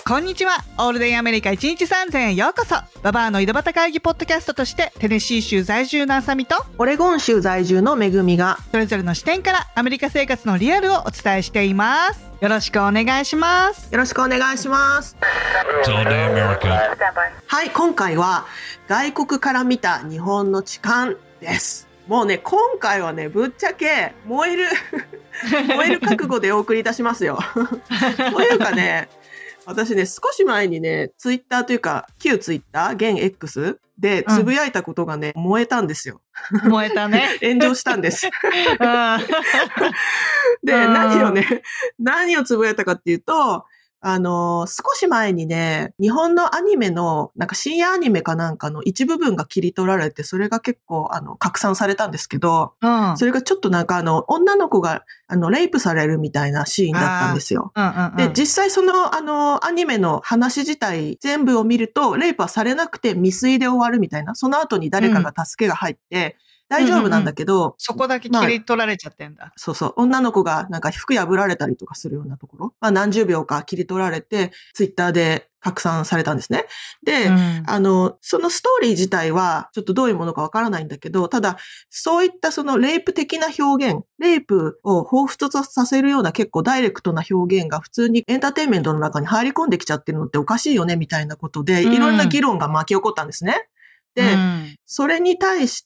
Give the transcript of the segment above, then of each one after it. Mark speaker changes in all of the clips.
Speaker 1: こんにちは。オールデンアメリカ1日3000へようこそ。ババアの井戸端会議ポッドキャストとしてテネシー州在住のあさみと
Speaker 2: オレゴン州在住のめぐみが
Speaker 1: それぞれの視点からアメリカ生活のリアルをお伝えしています。よろしくお願いします。
Speaker 2: よろしくお願いします。はい、今回は外国から見た日本の痴漢です。もうね、今回はね、ぶっちゃけ燃える覚悟でお送りいたしますよ。というかね、私ね、少し前にね、ツイッターというか、旧ツイッター、現 X でつぶやいたことがね、燃えたんですよ。
Speaker 1: 燃えたね。
Speaker 2: 炎上したんです。で、何をつぶやいたかっていうと、少し前にね、日本のアニメの、なんか深夜アニメかなんかの一部分が切り取られて、それが結構、拡散されたんですけど、それがちょっとなんか女の子が、レイプされるみたいなシーンだったんですよ。で、実際その、アニメの話自体全部を見ると、レイプはされなくて未遂で終わるみたいな、その後に誰かが助けが入って、大丈夫なんだけど、
Speaker 1: そこだけ切り取られちゃってんだ。
Speaker 2: そうそう。女の子がなんか服破られたりとかするようなところ。何十秒か切り取られて、ツイッターで拡散されたんですね。で、そのストーリー自体はちょっとどういうものかわからないんだけど、ただ、そういったそのレイプ的な表現、レイプを彷彿とさせるような結構ダイレクトな表現が普通にエンターテインメントの中に入り込んできちゃってるのっておかしいよね、みたいなことで、いろんな議論が巻き起こったんですね。で、それに対して、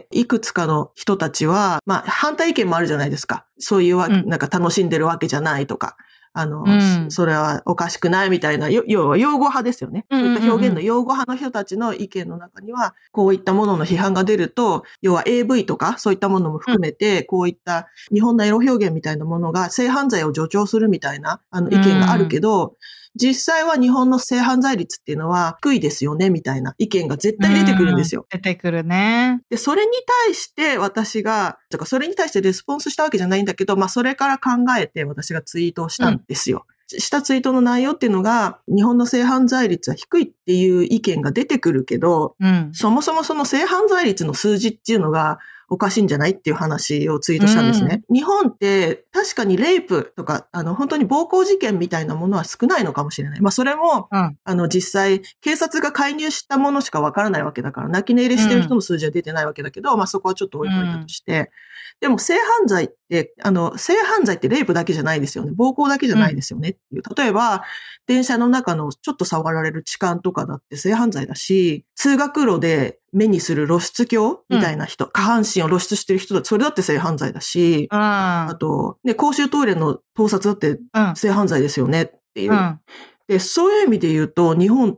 Speaker 2: いくつかの人たちは、反対意見もあるじゃないですか。そういうなんか楽しんでるわけじゃないとか、それはおかしくないみたいな、要は擁護派ですよね。そういった表現の擁護派の人たちの意見の中には、こういったものの批判が出ると、要は AV とか、そういったものも含めて、こういった日本のエロ表現みたいなものが性犯罪を助長するみたいな、意見があるけど、実際は日本の性犯罪率っていうのは低いですよね、みたいな意見が絶対出てくるんですよ。
Speaker 1: 出てくるね。
Speaker 2: で、それに対してそれに対してレスポンスしたわけじゃないんだけど、それから考えて私がツイートをしたんですよ。したツイートの内容っていうのが、日本の性犯罪率は低いっていう意見が出てくるけど、そもそもその性犯罪率の数字っていうのが、おかしいんじゃないっていう話をツイートしたんですね。日本って確かにレイプとか、本当に暴行事件みたいなものは少ないのかもしれない。それも、実際、警察が介入したものしかわからないわけだから、泣き寝入れしてる人の数字は出てないわけだけど、そこはちょっと置いといたとして、でも性犯罪って、レイプだけじゃないですよね。暴行だけじゃないですよねっていう。例えば、電車の中のちょっと触られる痴漢とかだって性犯罪だし、通学路で目にする露出狂みたいな人、下半身を露出してる人だってそれだって性犯罪だし、あと、ね、公衆トイレの盗撮だって性犯罪ですよねっていう。で、そういう意味で言うと、日本って、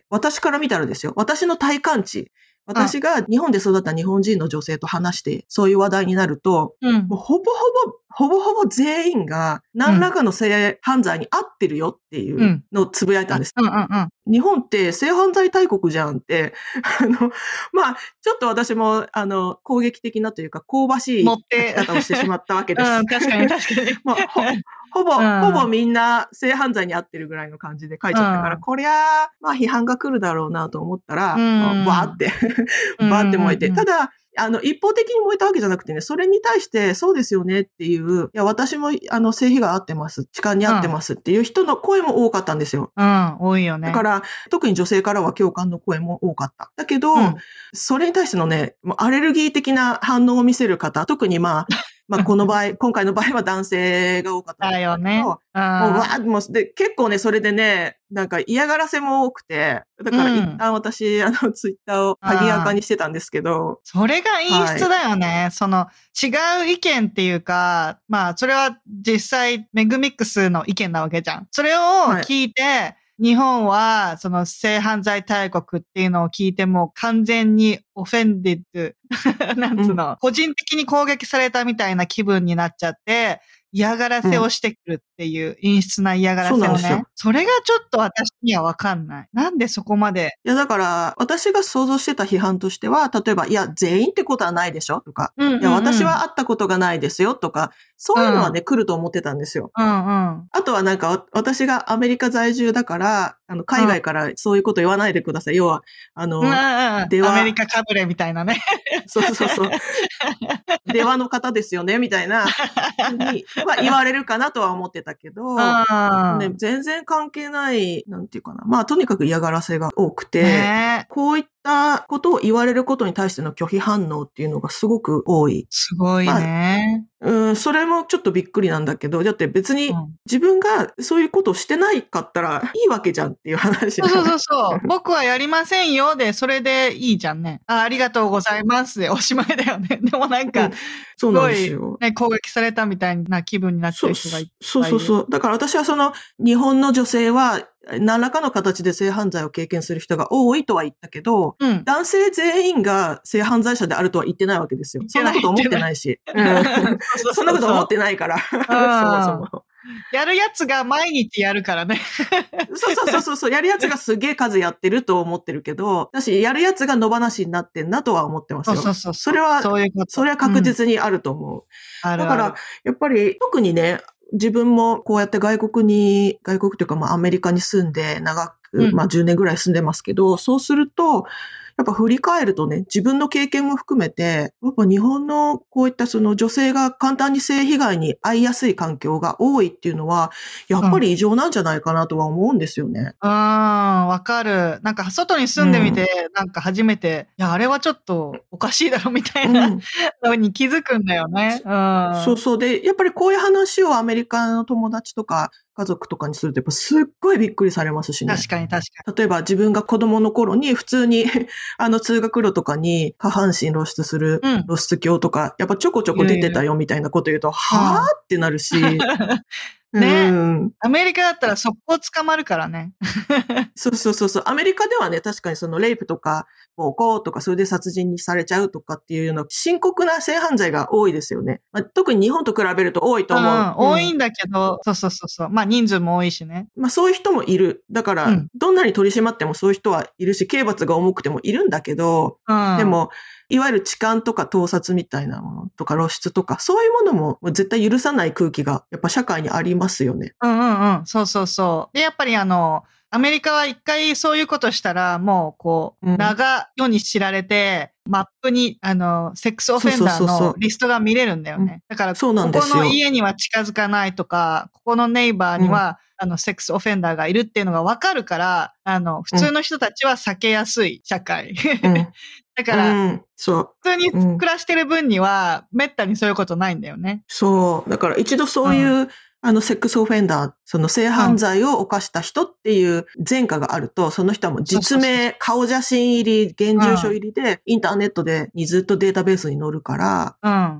Speaker 2: 私から見たらですよ、私の体感値、私が日本で育った日本人の女性と話して、そういう話題になると、もうほぼほぼ全員が何らかの性犯罪に遭ってるよっていうのをつぶやいたんです。日本って性犯罪大国じゃんって、ちょっと私も、攻撃的なというか、香ばしい書き方をしてしまったわけです。
Speaker 1: 確かに。
Speaker 2: ほぼみんな性犯罪に遭ってるぐらいの感じで書いちゃったから、こりゃ批判が来るだろうなと思ったら、バーって燃えて。ただ、一方的に燃えたわけじゃなくてね、それに対して、そうですよねっていう、いや、私も、性被害遭ってます。痴漢に遭ってますっていう人の声も多かったんですよ。
Speaker 1: 多いよね。
Speaker 2: だから、特に女性からは共感の声も多かった。だけど、それに対してのね、アレルギー的な反応を見せる方、特に今回の場合は男性が多かったんだけど。
Speaker 1: だよね。
Speaker 2: で、結構ね、それでね、なんか嫌がらせも多くて、だから一旦私、ツイッターを鍵垢にしてたんですけど。
Speaker 1: それが陰湿だよね。その、違う意見っていうか、それは実際、メグミックスの意見なわけじゃん。それを聞いて、日本は、その性犯罪大国っていうのを聞いても完全にオフェンディッド、なんつうの、個人的に攻撃されたみたいな気分になっちゃって、嫌がらせをしてくるっていう陰湿な嫌がらせをね。それがちょっと私にはわかんない。なんでそこまで。
Speaker 2: いや、だから、私が想像してた批判としては、例えば、いや、全員ってことはないでしょとか、いや、私は会ったことがないですよとか、そういうのはね、来ると思ってたんですよ。あとはなんか、私がアメリカ在住だから、海外からそういうこと言わないでください。要は、
Speaker 1: アメリカかぶれみたいなね。
Speaker 2: そう。出羽の方ですよね、みたいな、に言われるかなとは思ってたけど、ね、全然関係ない、なんていうかな。まあ、とにかく嫌がらせが多くて、こういったことを言われることに対しての拒否反応っていうのがすごく多い。
Speaker 1: すごいね。
Speaker 2: それもちょっとびっくりなんだけど、だって別に自分がそういうことをしてないかったらいいわけじゃんっていう話。
Speaker 1: そう。僕はやりませんよで、それでいいじゃんね。ありがとうございますでおしまいだよね。でもなんか、
Speaker 2: そうなんですよ。
Speaker 1: ね、攻撃されたみたいな気分になってる人がいっぱいいる。
Speaker 2: そう。だから私は日本の女性は、何らかの形で性犯罪を経験する人が多いとは言ったけど、男性全員が性犯罪者であるとは言ってないわけですよ。そんなこと思ってないし。そんなこと思ってないから。そもそも。
Speaker 1: やるやつが毎日やるからね。
Speaker 2: そう。やるやつがすげえ数やってると思ってるけど、だし、やるやつが野放しになってんなとは思ってますよ。それは確実にあると思う。だから、やっぱり特にね、自分もこうやって外国というかアメリカに住んで長く、10年ぐらい住んでますけど、そうすると、やっぱ振り返るとね、自分の経験も含めて、やっぱ日本のこういった女性が簡単に性被害に遭いやすい環境が多いっていうのは、やっぱり異常なんじゃないかなとは思うんですよね。
Speaker 1: わかる。なんか外に住んでみて、なんか初めて、いや、あれはちょっとおかしいだろみたいなのに気づくんだよね。
Speaker 2: そう。で、やっぱりこういう話をアメリカの友達とか、家族とかにするとやっぱすっごいびっくりされますしね。
Speaker 1: 確かに。
Speaker 2: 例えば自分が子供の頃に普通に通学路とかに下半身露出する露出鏡とか、やっぱちょこちょこ出てたよみたいなこと言うと、はぁってなるし。
Speaker 1: ね、アメリカだったら速攻捕まるからね。
Speaker 2: そう。アメリカではね、確かにレイプとか、暴行とか、それで殺人にされちゃうとかっていうような深刻な性犯罪が多いですよね。特に日本と比べると多いと思う。
Speaker 1: 多いんだけど、そう。人数も多いしね。
Speaker 2: そういう人もいる。だから、どんなに取り締まってもそういう人はいるし、刑罰が重くてもいるんだけど、でも、いわゆる痴漢とか盗撮みたいなものとか露出とか、そういうものも絶対許さない空気がやっぱ社会にありますよね。
Speaker 1: そう。で、やっぱりアメリカは一回そういうことしたら、もう世に知られて、マップに、セックスオフェンダーのリストが見れるんだよね。だから、ここの家には近づかないとか、ここのネイバーには、セックスオフェンダーがいるっていうのがわかるから、普通の人たちは避けやすい社会。だから、普通に暮らしてる分には、めったにそういうことないんだよね。
Speaker 2: そう。だから一度そういう、セックスオフェンダー、性犯罪を犯した人っていう前科があると、その人はもう実名、顔写真入り、現住所入りで、インターネットにずっとデータベースに載るから、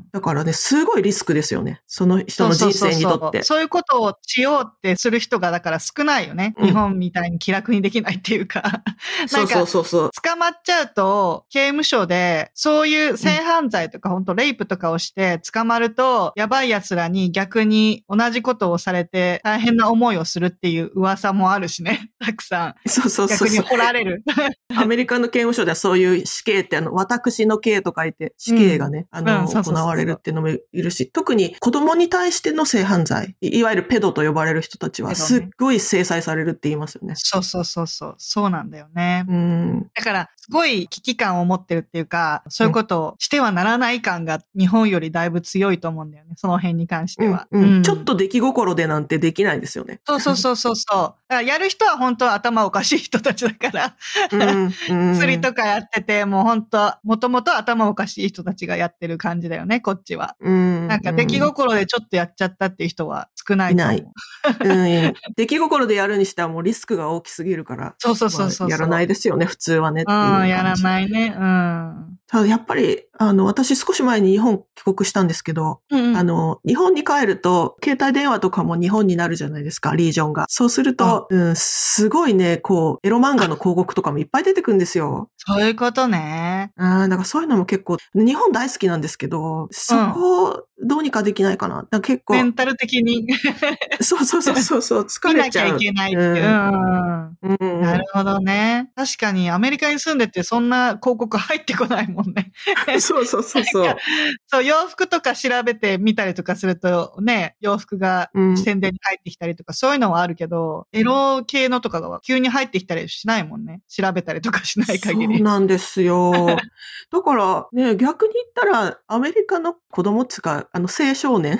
Speaker 2: だからね、すごいリスクですよね。その人の人生にとって。
Speaker 1: そういうことをしようってする人がだから少ないよね。日本みたいに気楽にできないっていうか。なんか、捕まっちゃうと、刑務所で、そういう性犯罪とか、本当レイプとかをして捕まると、やばい奴らに逆に同じことをされて大変な思いをするっていう噂もあるしね。たくさん。逆に掘られる。
Speaker 2: アメリカの刑務所ではそういう死刑って私の刑と書いて死刑がね、行われるっていうのもいるし、特に子供に対しての性犯罪、いわゆるペドと呼ばれる人たちはすっごい制裁されるって言いますよね。
Speaker 1: そうなんだよね。だから、すごい危機感を持ってるっていうか、そういうことをしてはならない感が日本よりだいぶ強いと思うんだよね。その辺に関しては。
Speaker 2: ちょっと出来心でなんてできないですよね。
Speaker 1: そう。だからやる人は本当は頭おかしい人たちだから。釣りとかやってて、もう本当もともと頭おかしい人たちがやってる感じだよね、こっちは。なんか出来心でちょっとやっちゃったっていう人は少ないと思う。い
Speaker 2: ない。出来心でやるにしてはもうリスクが大きすぎるから。やらないですよね、普通はねっていう感じ。
Speaker 1: やらないね。
Speaker 2: ただやっぱり、私少し前に日本帰国したんですけど、日本に帰ると、携帯電話とかも日本になるじゃないですか、リージョンが。そうすると、すごいね、エロ漫画の広告とかもいっぱい出てくるんですよ。
Speaker 1: そういうことね。
Speaker 2: だからそういうのも結構、日本大好きなんですけど、そこをどうにかできないかな。結構。
Speaker 1: メンタル的に。
Speaker 2: そう、疲れちゃう。
Speaker 1: 見なきゃいけないっていう。なるほどね。確かにアメリカに住んでてそんな広告入ってこないもんね。
Speaker 2: そう。
Speaker 1: そう、洋服とか調べてみたりとかするとね、洋服が宣伝に入ってきたりとか、そういうのはあるけど、エロ系のとかが急に入ってきたりしないもんね。調べたりとかしない限り。
Speaker 2: そうなんですよ。だからね、逆に言ったら、アメリカの子供っていうか、青少年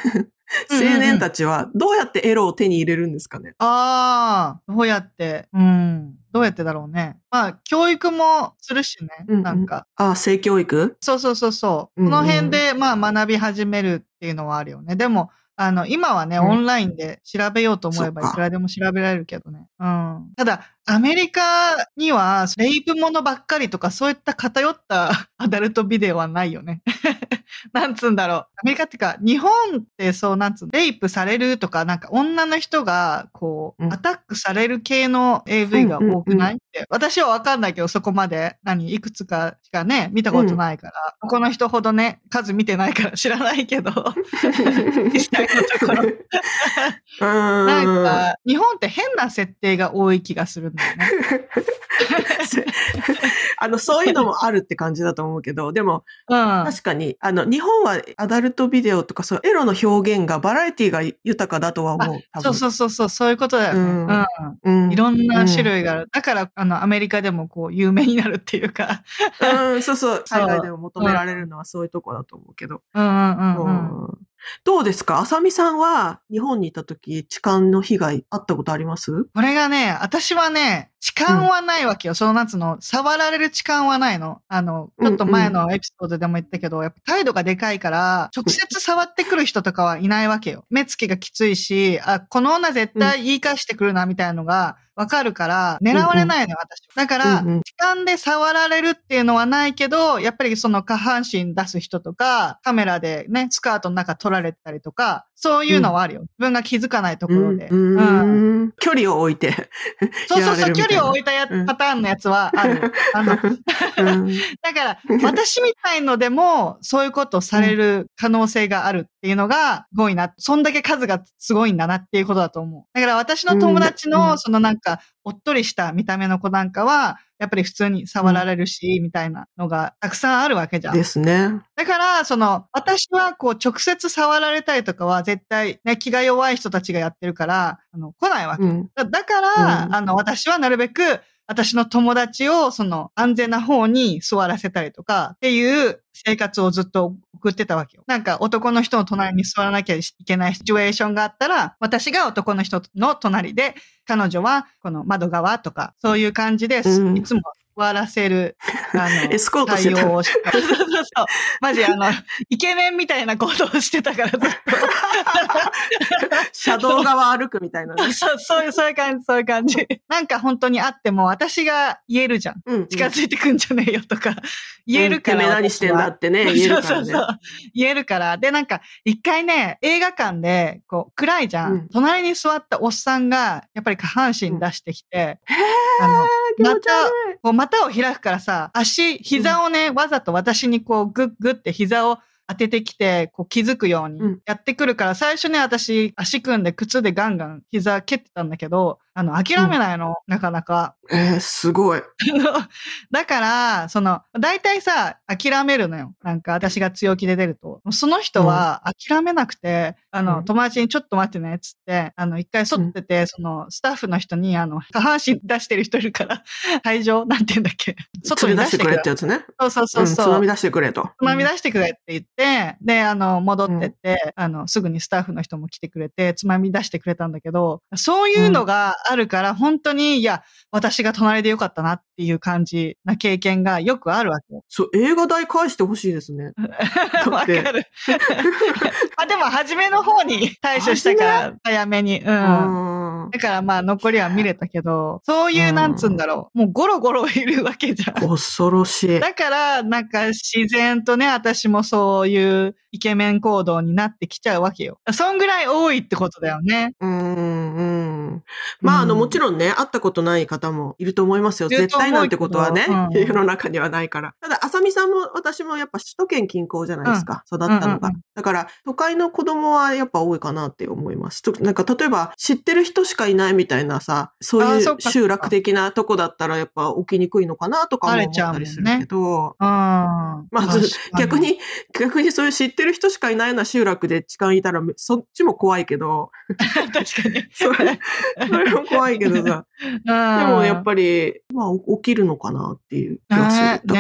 Speaker 2: 青年たちはどうやってエロを手に入れるんですかね。
Speaker 1: どうやって、どうやってだろうね。まあ、教育もするしね、なんか。
Speaker 2: 性教育？
Speaker 1: そうそうそうそう。この辺で、まあ、学び始めるっていうのはあるよね。でも、今はね、オンラインで調べようと思えばいくらでも調べられるけどね。ただ、アメリカには、レイプものばっかりとか、そういった偏ったアダルトビデオはないよね。なんつうんだろう。アメリカってか、日本ってそう、なんつうの、レイプされるとか、なんか女の人が、こう、アタックされる系の AV が多くないって。私はわかんないけど、そこまで、いくつかしかね、見たことないから、この人ほどね、数見てないから知らないけど、実際のところ。なんか、日本って変な設定が多い気がするんだよね。
Speaker 2: そういうのもあるって感じだと思うけど、でも、確かに、日本はアダルトビデオとか、そう、エロの表現がバラエティが豊かだとは思う。多分
Speaker 1: そういうことだよね。いろんな種類がある。だから、アメリカでもこう、有名になるっていうか。
Speaker 2: そうそう。海外でも求められるのはそういうとこだと思うけど。どうですか？あさみさんは日本にいた時、痴漢の被害あったことあります？
Speaker 1: これがね、私はね、痴漢はないわけよ。その夏の、触られる痴漢はないの。ちょっと前のエピソードでも言ったけど、やっぱ態度がでかいから、直接触ってくる人とかはいないわけよ。目つきがきついし、この女絶対言い返してくるな、みたいなのが、わかるから、狙われないのよ、私。だから、痴漢で触られるっていうのはないけど、やっぱりその下半身出す人とか、カメラでね、スカートの中撮られたりとか、そういうのはあるよ。自分が気づかないところで。
Speaker 2: 距離を置いて。
Speaker 1: そう、距離を置いたパターンのやつはある。だから、私みたいのでも、そういうことをされる可能性があるっていうのが、すごいな。そんだけ数がすごいんだなっていうことだと思う。だから私の友達の、そのなんか、おっとりした見た目の子なんかは、やっぱり普通に触られるし、みたいなのがたくさんあるわけじゃん。
Speaker 2: ですね。
Speaker 1: だから、私はこう直接触られたりとかは絶対ね、気が弱い人たちがやってるから、来ないわけ。だから、私はなるべく、私の友達を安全な方に座らせたりとかっていう生活をずっと送ってたわけよ。なんか男の人の隣に座らなきゃいけないシチュエーションがあったら、私が男の人の隣で、彼女はこの窓側とか、そういう感じで、いつも座らせる、
Speaker 2: エスコートしてた。
Speaker 1: 対応をしてた。そう。マジイケメンみたいな行動をしてたからずっと。
Speaker 2: 車道側歩くみたいなね。
Speaker 1: そういう感じ。なんか本当にあっても私が言えるじゃん。近づいてくんじゃねえよとか。言えるから。
Speaker 2: てめえ何してんだってね、言えるからね。
Speaker 1: そう。言えるから。で、なんか、一回ね、映画館で、こう、暗いじゃん。隣に座ったおっさんが、やっぱり下半身出してきて、股を開くからさ、膝をね、わざと私にこう、グッって膝を当ててきて、こう気づくようにやってくるから、最初ね、私、足組んで靴でガンガン膝蹴ってたんだけど、諦めないの、なかなか。
Speaker 2: すごい。
Speaker 1: だから、大体さ、諦めるのよ。なんか、私が強気で出ると。その人は諦めなくて、友達にちょっと待ってね、つって、一回反ってて、スタッフの人に、下半身出してる人いるから、退場なんて言うんだっけ。
Speaker 2: 外に出してくれってやつね。
Speaker 1: そう。
Speaker 2: つまみ出してくれと。
Speaker 1: つまみ出してくれって言って、で、戻ってって、すぐにスタッフの人も来てくれて、つまみ出してくれたんだけど、そういうのがあるから、本当に、いや、私が隣でよかったなっていう感じな経験がよくあるわけ。
Speaker 2: そう、映画代返してほしいですね。
Speaker 1: わかる。でも、初めの方に対処したから、早めに。だからまあ、残りは見れたけど、そういう、なんつうんだろう。もうゴロゴロいるわけじゃん。
Speaker 2: 恐ろしい。
Speaker 1: だから、なんか自然とね、私もそういうイケメン行動になってきちゃうわけよ。そんぐらい多いってことだよね。
Speaker 2: まあ、もちろんね、会ったことない方もいると思いますよ。絶対なんてことはね、世の中にはないから。ただ、あさみさんも私もやっぱ首都圏近郊じゃないですか。育ったのが。だから、都会の子供はやっぱ多いかなって思います。なんか、例えば、知ってる人しかいないみたいなさ、そういう集落的なとこだったらやっぱ起きにくいのかなとかも思ったりするけど。まず、逆にそういう知ってる人しかいないような集落で痴漢いたら、そっちも怖いけど。
Speaker 1: 確かに。
Speaker 2: それも怖いけどさ。でもやっぱり、まあ起きるのかなっていう気がする。だから、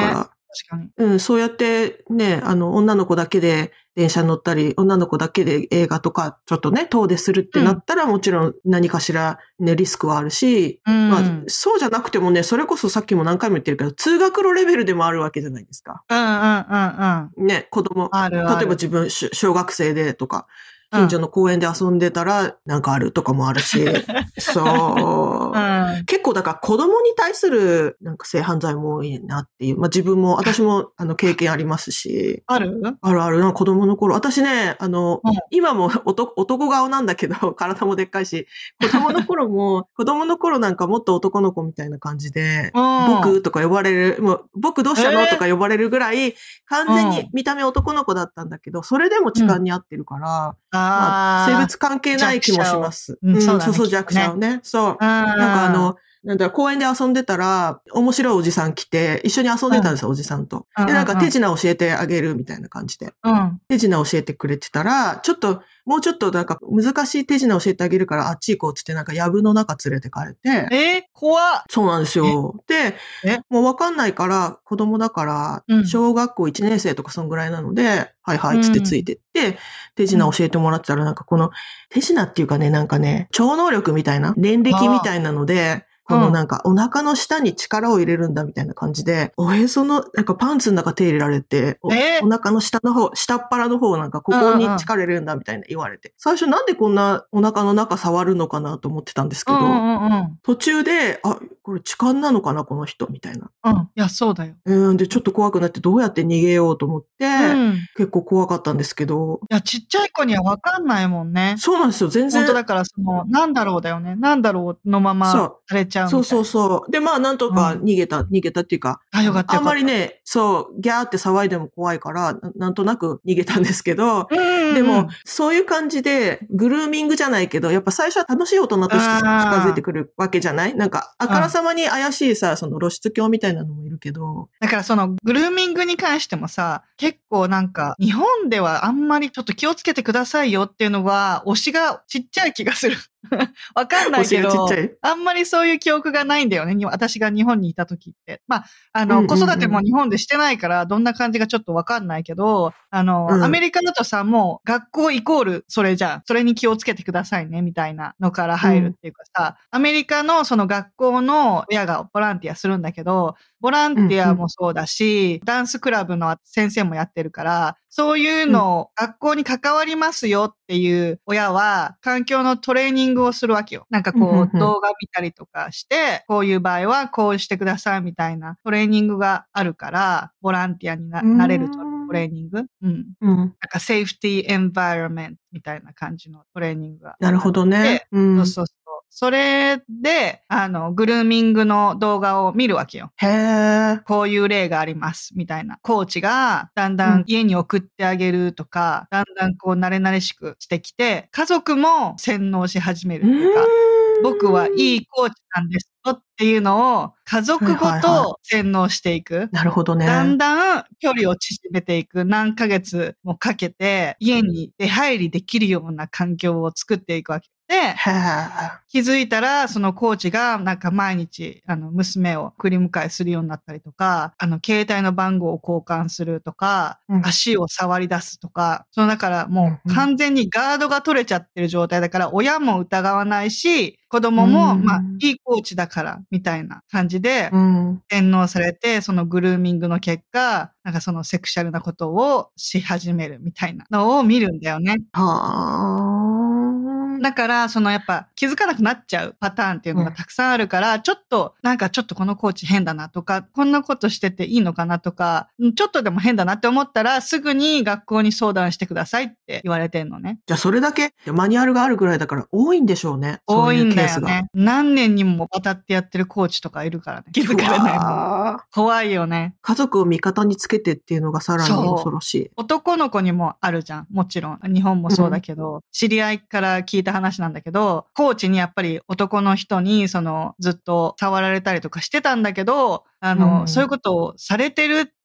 Speaker 1: かに。
Speaker 2: うん、そうやってね、女の子だけで電車乗ったり、女の子だけで映画とか、ちょっとね、遠出するってなったら、もちろん何かしらね、リスクはあるし、まあ、そうじゃなくてもね、それこそさっきも何回も言ってるけど、通学路レベルでもあるわけじゃないですか。ね、子供、例えば自分、小学生でとか、近所の公園で遊んでたらなんかあるとかもあるし、そう、結構だから子供に対するなんか性犯罪も多いなっていう。まあ自分も、私も経験ありますし。
Speaker 1: ある
Speaker 2: な、子供の頃。私ね、今も男顔なんだけど、体もでっかいし、子供の頃なんかもっと男の子みたいな感じで、僕とか呼ばれる、もう僕どうしたのとか呼ばれるぐらい、完全に見た目男の子だったんだけど、それでも痴漢に遭ってるから、まあ、性別関係ない気もします。そう、弱者をね。そう。なんか公園で遊んでたら、面白いおじさん来て、一緒に遊んでたんですよ、おじさんと。で、なんか手品教えてあげるみたいな感じで。手品教えてくれてたら、もうちょっとなんか難しい手品教えてあげるからあっち行こうって言ってなんか藪の中連れてかれて。
Speaker 1: 怖っ。
Speaker 2: そうなんですよ。で、もうわかんないから、子供だから、小学校1年生とかそんぐらいなので、はいはいつってついてって、手品教えてもらってたらなんかこの手品っていうかね、なんかね、超能力みたいな、念力みたいなので、このなんかお腹の下に力を入れるんだみたいな感じで、おへそのなんかパンツの中手入れられて、お腹の下っ腹の方なんかここに力入れるんだみたいな言われて。最初なんでこんなお腹の中触るのかなと思ってたんですけど、途中で、これ痴漢なのかなこの人みたいな。
Speaker 1: いや、そうだよ。
Speaker 2: で、ちょっと怖くなってどうやって逃げようと思って、結構怖かったんですけど。
Speaker 1: いや、ちっちゃい子にはわかんないもんね。
Speaker 2: そうなんですよ、全然。
Speaker 1: 本当だからなんだろうだよね。なんだろうのままされちゃうみたいな。
Speaker 2: そう。で、まあ、なんとか逃げたっていうか、
Speaker 1: よかった。
Speaker 2: あんまりね、そう、ギャーって騒いでも怖いから、なんとなく逃げたんですけど、でも、そういう感じで、グルーミングじゃないけど、やっぱ最初は楽しい大人として近づいてくるわけじゃない？なんか、あからさまに怪しいさ、その露出狂みたいなのもいるけど。
Speaker 1: だからグルーミングに関してもさ、結構なんか、日本ではあんまりちょっと気をつけてくださいよっていうのは、推しがちっちゃい気がする。わかんないけど、あんまりそういう記憶がないんだよね。私が日本にいた時って。まあ、子育ても日本でしてないから、どんな感じかちょっとわかんないけど、アメリカだとさ、もう学校イコールそれじゃん。それに気をつけてくださいね、みたいなのから入るっていうかさ、アメリカのその学校の親がボランティアするんだけど、ボランティアもそうだし、ダンスクラブの先生もやってるから、そういうのを学校に関わりますよっていう親は、環境のトレーニングをするわけよ。なんか動画見たりとかして、こういう場合はこうしてくださいみたいなトレーニングがあるから、ボランティアになれるトレーニング。なんかセーフティーエンバイロメントみたいな感じのトレーニングが。
Speaker 2: なるほどね。
Speaker 1: そう。それで、グルーミングの動画を見るわけよ。こういう例があります、みたいな。コーチが、だんだん家に送ってあげるとか、だんだん慣れ慣れしくしてきて、家族も洗脳し始めるっていうか、僕はいいコーチなんですよっていうのを、家族ごと洗脳していく。
Speaker 2: なるほどね。
Speaker 1: だんだん距離を縮めていく。何ヶ月もかけて、家に出入りできるような環境を作っていくわけ。で、気づいたら、そのコーチがなんか毎日、娘を送り迎えするようになったりとか、携帯の番号を交換するとか、足を触り出すとか、だからもう完全にガードが取れちゃってる状態だから、親も疑わないし、子供も、まあ、いいコーチだから、みたいな感じで、洗脳されて、そのグルーミングの結果、なんかそのセクシャルなことをし始めるみたいなのを見るんだよね。だから、やっぱ気づかなくなっちゃうパターンっていうのがたくさんあるから、ちょっとこのコーチ変だなとか、こんなことしてていいのかなとか、ちょっとでも変だなって思ったら、すぐに学校に相談してくださいって言われてんのね。
Speaker 2: じゃあそれだけマニュアルがあるぐらいだから多いんでしょうね。
Speaker 1: 多いんだよね。何年にもわたってやってるコーチとかいるからね。気づかれないもん。怖いよね。
Speaker 2: 家族を味方につけてっていうのがさらに恐ろしい。
Speaker 1: 男の子にもあるじゃん。もちろん。日本もそうだけど、知り合いから聞いた話なんだけど、コーチにやっぱり男の人にずっと触られたりとかしてたんだけど、そういうことをされてるっ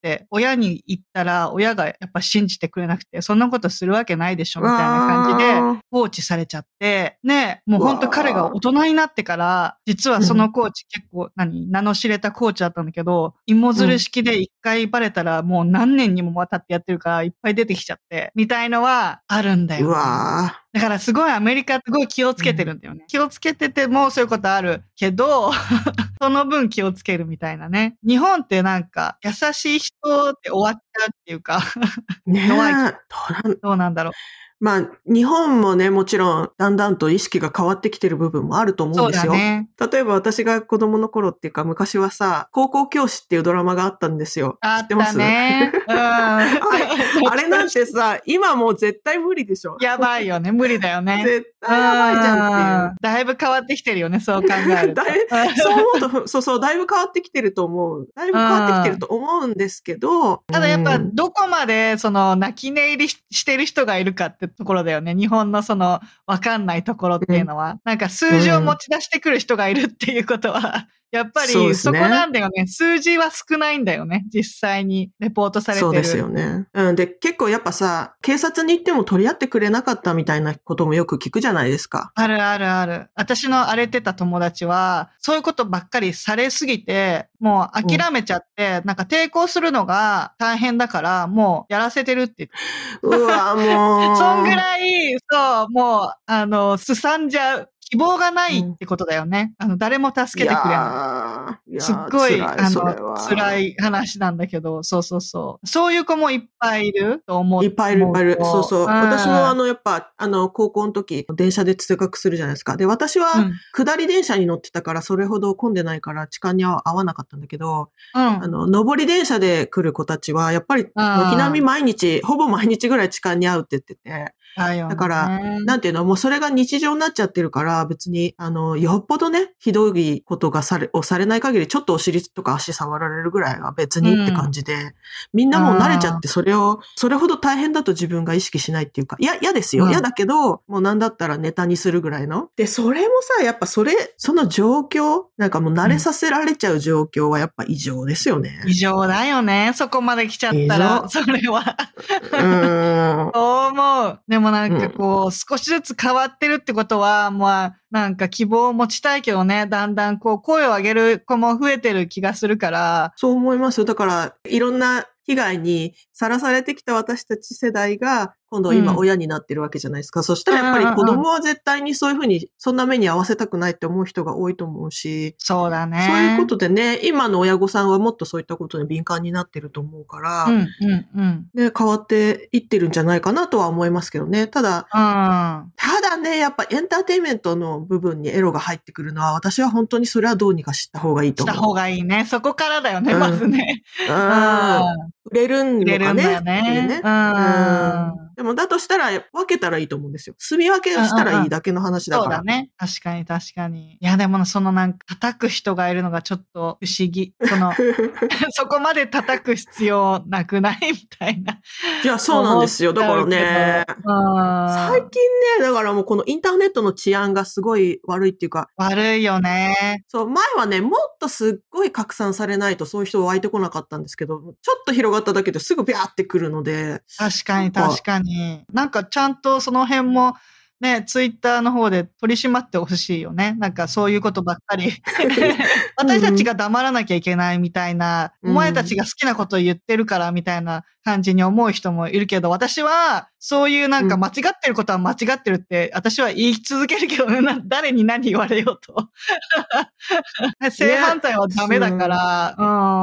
Speaker 1: って親に言ったら、親がやっぱ信じてくれなくて、そんなことするわけないでしょみたいな感じで放置されちゃって、ね、もうほんと彼が大人になってから、実はそのコーチ結構名の知れたコーチだったんだけど、芋づる式で一回バレたらもう何年にもわたってやってるからいっぱい出てきちゃって、みたいのはあるんだよ、ね。だからすごいアメリカすごい気をつけてるんだよね。気をつけててもそういうことあるけど、その分気をつけるみたいなね。日本ってなんか優しい人って終わっちゃうっていうか
Speaker 2: ね
Speaker 1: え。どうなんだろう。
Speaker 2: まあ、日本もね、もちろん、だんだんと意識が変わってきてる部分もあると思うんですよ。ね、例えば私が子供の頃っていうか、昔はさ、高校教師っていうドラマがあったんですよ。知ってます？
Speaker 1: ね、
Speaker 2: あれなんてさ、今もう絶対無理でしょ。
Speaker 1: やばいよね。無理だよね。
Speaker 2: 絶対やばいじゃんっていう。
Speaker 1: だいぶ変わってきてるよね、そう考えると。
Speaker 2: そう思うと、そう、だいぶ変わってきてると思う。だいぶ変わってきてると思うんですけど。
Speaker 1: ただやっぱ、どこまで、泣き寝入りしてる人がいるかってところだよね。日本のわかんないところっていうのは。なんか数字を持ち出してくる人がいるっていうことは、やっぱりそこなんだよね。数字は少ないんだよね。実際にレポートされてる。
Speaker 2: そうですよね。で、結構やっぱさ、警察に行っても取り合ってくれなかったみたいなこともよく聞くじゃないですか。
Speaker 1: あるあるある。私の荒れてた友達は、そういうことばっかりされすぎて、もう諦めちゃって、なんか抵抗するのが大変だから、もうやらせてるって言って。
Speaker 2: うわ、もう。
Speaker 1: そんぐらい、そう、もう、すさんじゃう。希望がないってことだよね。誰も助けてくれない。すっごい、辛い話なんだけど、そうそうそう。そういう子もいっぱいいると思う。
Speaker 2: いっぱいいる、いっぱいいる。そうそう。私もやっぱ、高校の時、電車で通学するじゃないですか。で、私は、下り電車に乗ってたから、それほど混んでないから、痴漢には合わなかったんだけど、上り電車で来る子たちは、やっぱり、軒並みほぼ毎日ぐらい痴漢に遭うって言ってて、だから、なんていうの、もうそれが日常になっちゃってるから、別に、よっぽどね、ひどいことがされない限り、ちょっとお尻とか足触られるぐらいは別にって感じで、みんなもう慣れちゃって、それほど大変だと自分が意識しないっていうか、嫌ですよ。嫌だけど、もうなんだったらネタにするぐらいの。で、それもさ、やっぱその状況、なんかもう慣れさせられちゃう状況はやっぱ異常ですよね。
Speaker 1: 異常だよね。そこまで来ちゃったら、それは。そう思う。でもなんか少しずつ変わってるってことは、まあ、なんか希望を持ちたいけどね、だんだん声を上げる子も増えてる気がするから。
Speaker 2: そう思いますよ。だから、いろんな被害にさらされてきた私たち世代が、今度は今親になってるわけじゃないですか。そしたらやっぱり子供は絶対にそういうふうに、そんな目に合わせたくないって思う人が多いと思うし。
Speaker 1: そうだね。
Speaker 2: そういうことでね、今の親御さんはもっとそういったことに敏感になってると思うから、ね、変わっていってるんじゃないかなとは思いますけどね。ただね、やっぱエンターテインメントの部分にエロが入ってくるのは、私は本当にそれはどうにか知った方がいいと思う。
Speaker 1: 知った方がいいね。そこからだよね、まずね。
Speaker 2: 売れるのかね。
Speaker 1: 売れるんだよね。
Speaker 2: でもだとしたら分けたらいいと思うんですよ。住み分けしたらいいだけの話だから。
Speaker 1: そうだね。確かに確かに。いやでもなんか叩く人がいるのがちょっと不思議。そこまで叩く必要なくないみたいな。
Speaker 2: いや、そうなんですよ。だからね。最近ね、だからもうこのインターネットの治安がすごい悪いっていうか。
Speaker 1: 悪いよね。
Speaker 2: そう、前はね、もっとすっごい拡散されないとそういう人湧いてこなかったんですけど、ちょっと広がっただけですぐビャーってくるので。
Speaker 1: 確かに確かに。なんかちゃんとその辺もね、ツイッターの方で取り締まってほしいよね。なんかそういうことばっかり。私たちが黙らなきゃいけないみたいな、お前たちが好きなことを言ってるからみたいな感じに思う人もいるけど、私はそういうなんか間違ってることは間違ってるって私は言い続けるけどね、誰に何言われようと。正反対はダメだから、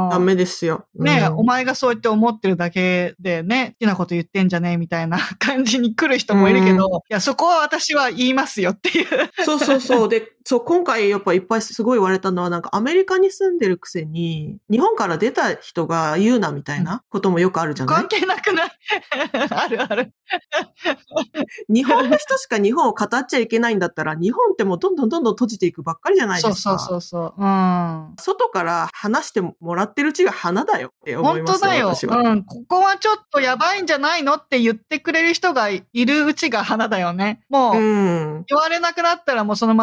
Speaker 2: ダメですよ。
Speaker 1: ね、お前がそうやって思ってるだけでね、好きなこと言ってんじゃねえみたいな感じに来る人もいるけど、いや、そこは私は言いますよっていう。
Speaker 2: そう。で、今回やっぱいっぱいすごい言われたのは、なんかアメリカに住んでるくせに、日本から出た人が言うなみたいなこともよくあるじゃない？
Speaker 1: 関係なくない？あるある。
Speaker 2: 日本の人しか日本を語っちゃいけないんだったら、日本ってもうどんどん閉じていくばっかりじゃないですか。
Speaker 1: そう。
Speaker 2: 外から話してもらってるうちが花だよって思いますよ。
Speaker 1: 本当だよ。
Speaker 2: 私は。
Speaker 1: ここはちょっとやばいんじゃないのって言ってくれる人がいるうちが花だよね。もう、言われなくなったらもうそのままもう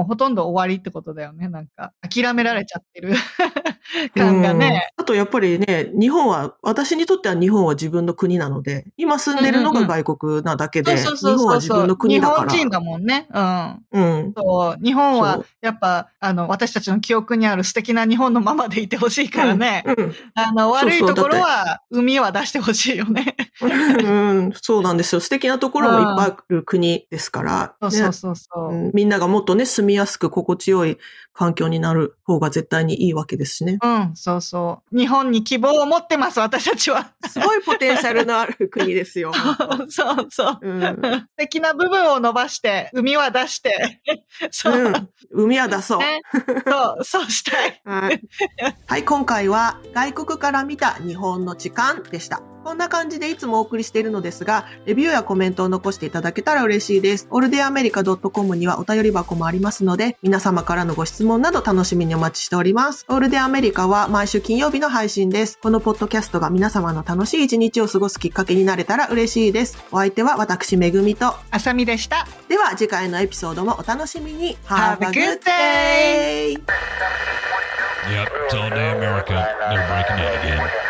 Speaker 1: うほとんど終わりってことだよね。なんか、諦められちゃってる感がね。
Speaker 2: あとやっぱりね、私にとっては日本は自分の国なので、今住んでるのが外国なだけで、日本は自分の国だから。
Speaker 1: 日本人だもんね。そう、日本はやっぱ、私たちの記憶にある素敵な日本のままでいてほしいからね。悪いところは、海は出してほしいよね。
Speaker 2: そうなんですよ。素敵なところもいっぱいある国ですから。みんながもっとね、住みやすく心地よい環境になる方が絶対にいいわけですしね。
Speaker 1: そうそう。日本に希望を持ってます、私たちは。
Speaker 2: すごいポテンシャルのある国ですよ。
Speaker 1: そうそう。素敵な部分を伸ばして、海は出して。
Speaker 2: 海は出そう。
Speaker 1: そうしたい。
Speaker 2: はい、今回は外国から見た日本の痴漢でした。こんな感じでいつもお送りしているのですが、レビューやコメントを残していただけたら嬉しいです。alldayaamerica.com にはお便り箱もありますので、皆様からのご質問など楽しみにお待ちしております。オールデイアメリカは毎週金曜日の配信です。このポッドキャストが皆様の楽しい一日を過ごすきっかけになれたら嬉しいです。お相手は私めぐみと
Speaker 1: あさみでした。
Speaker 2: では次回のエピソードもお楽しみに。
Speaker 1: Have a good day!
Speaker 3: Yep, it's all day America. They're breaking it again.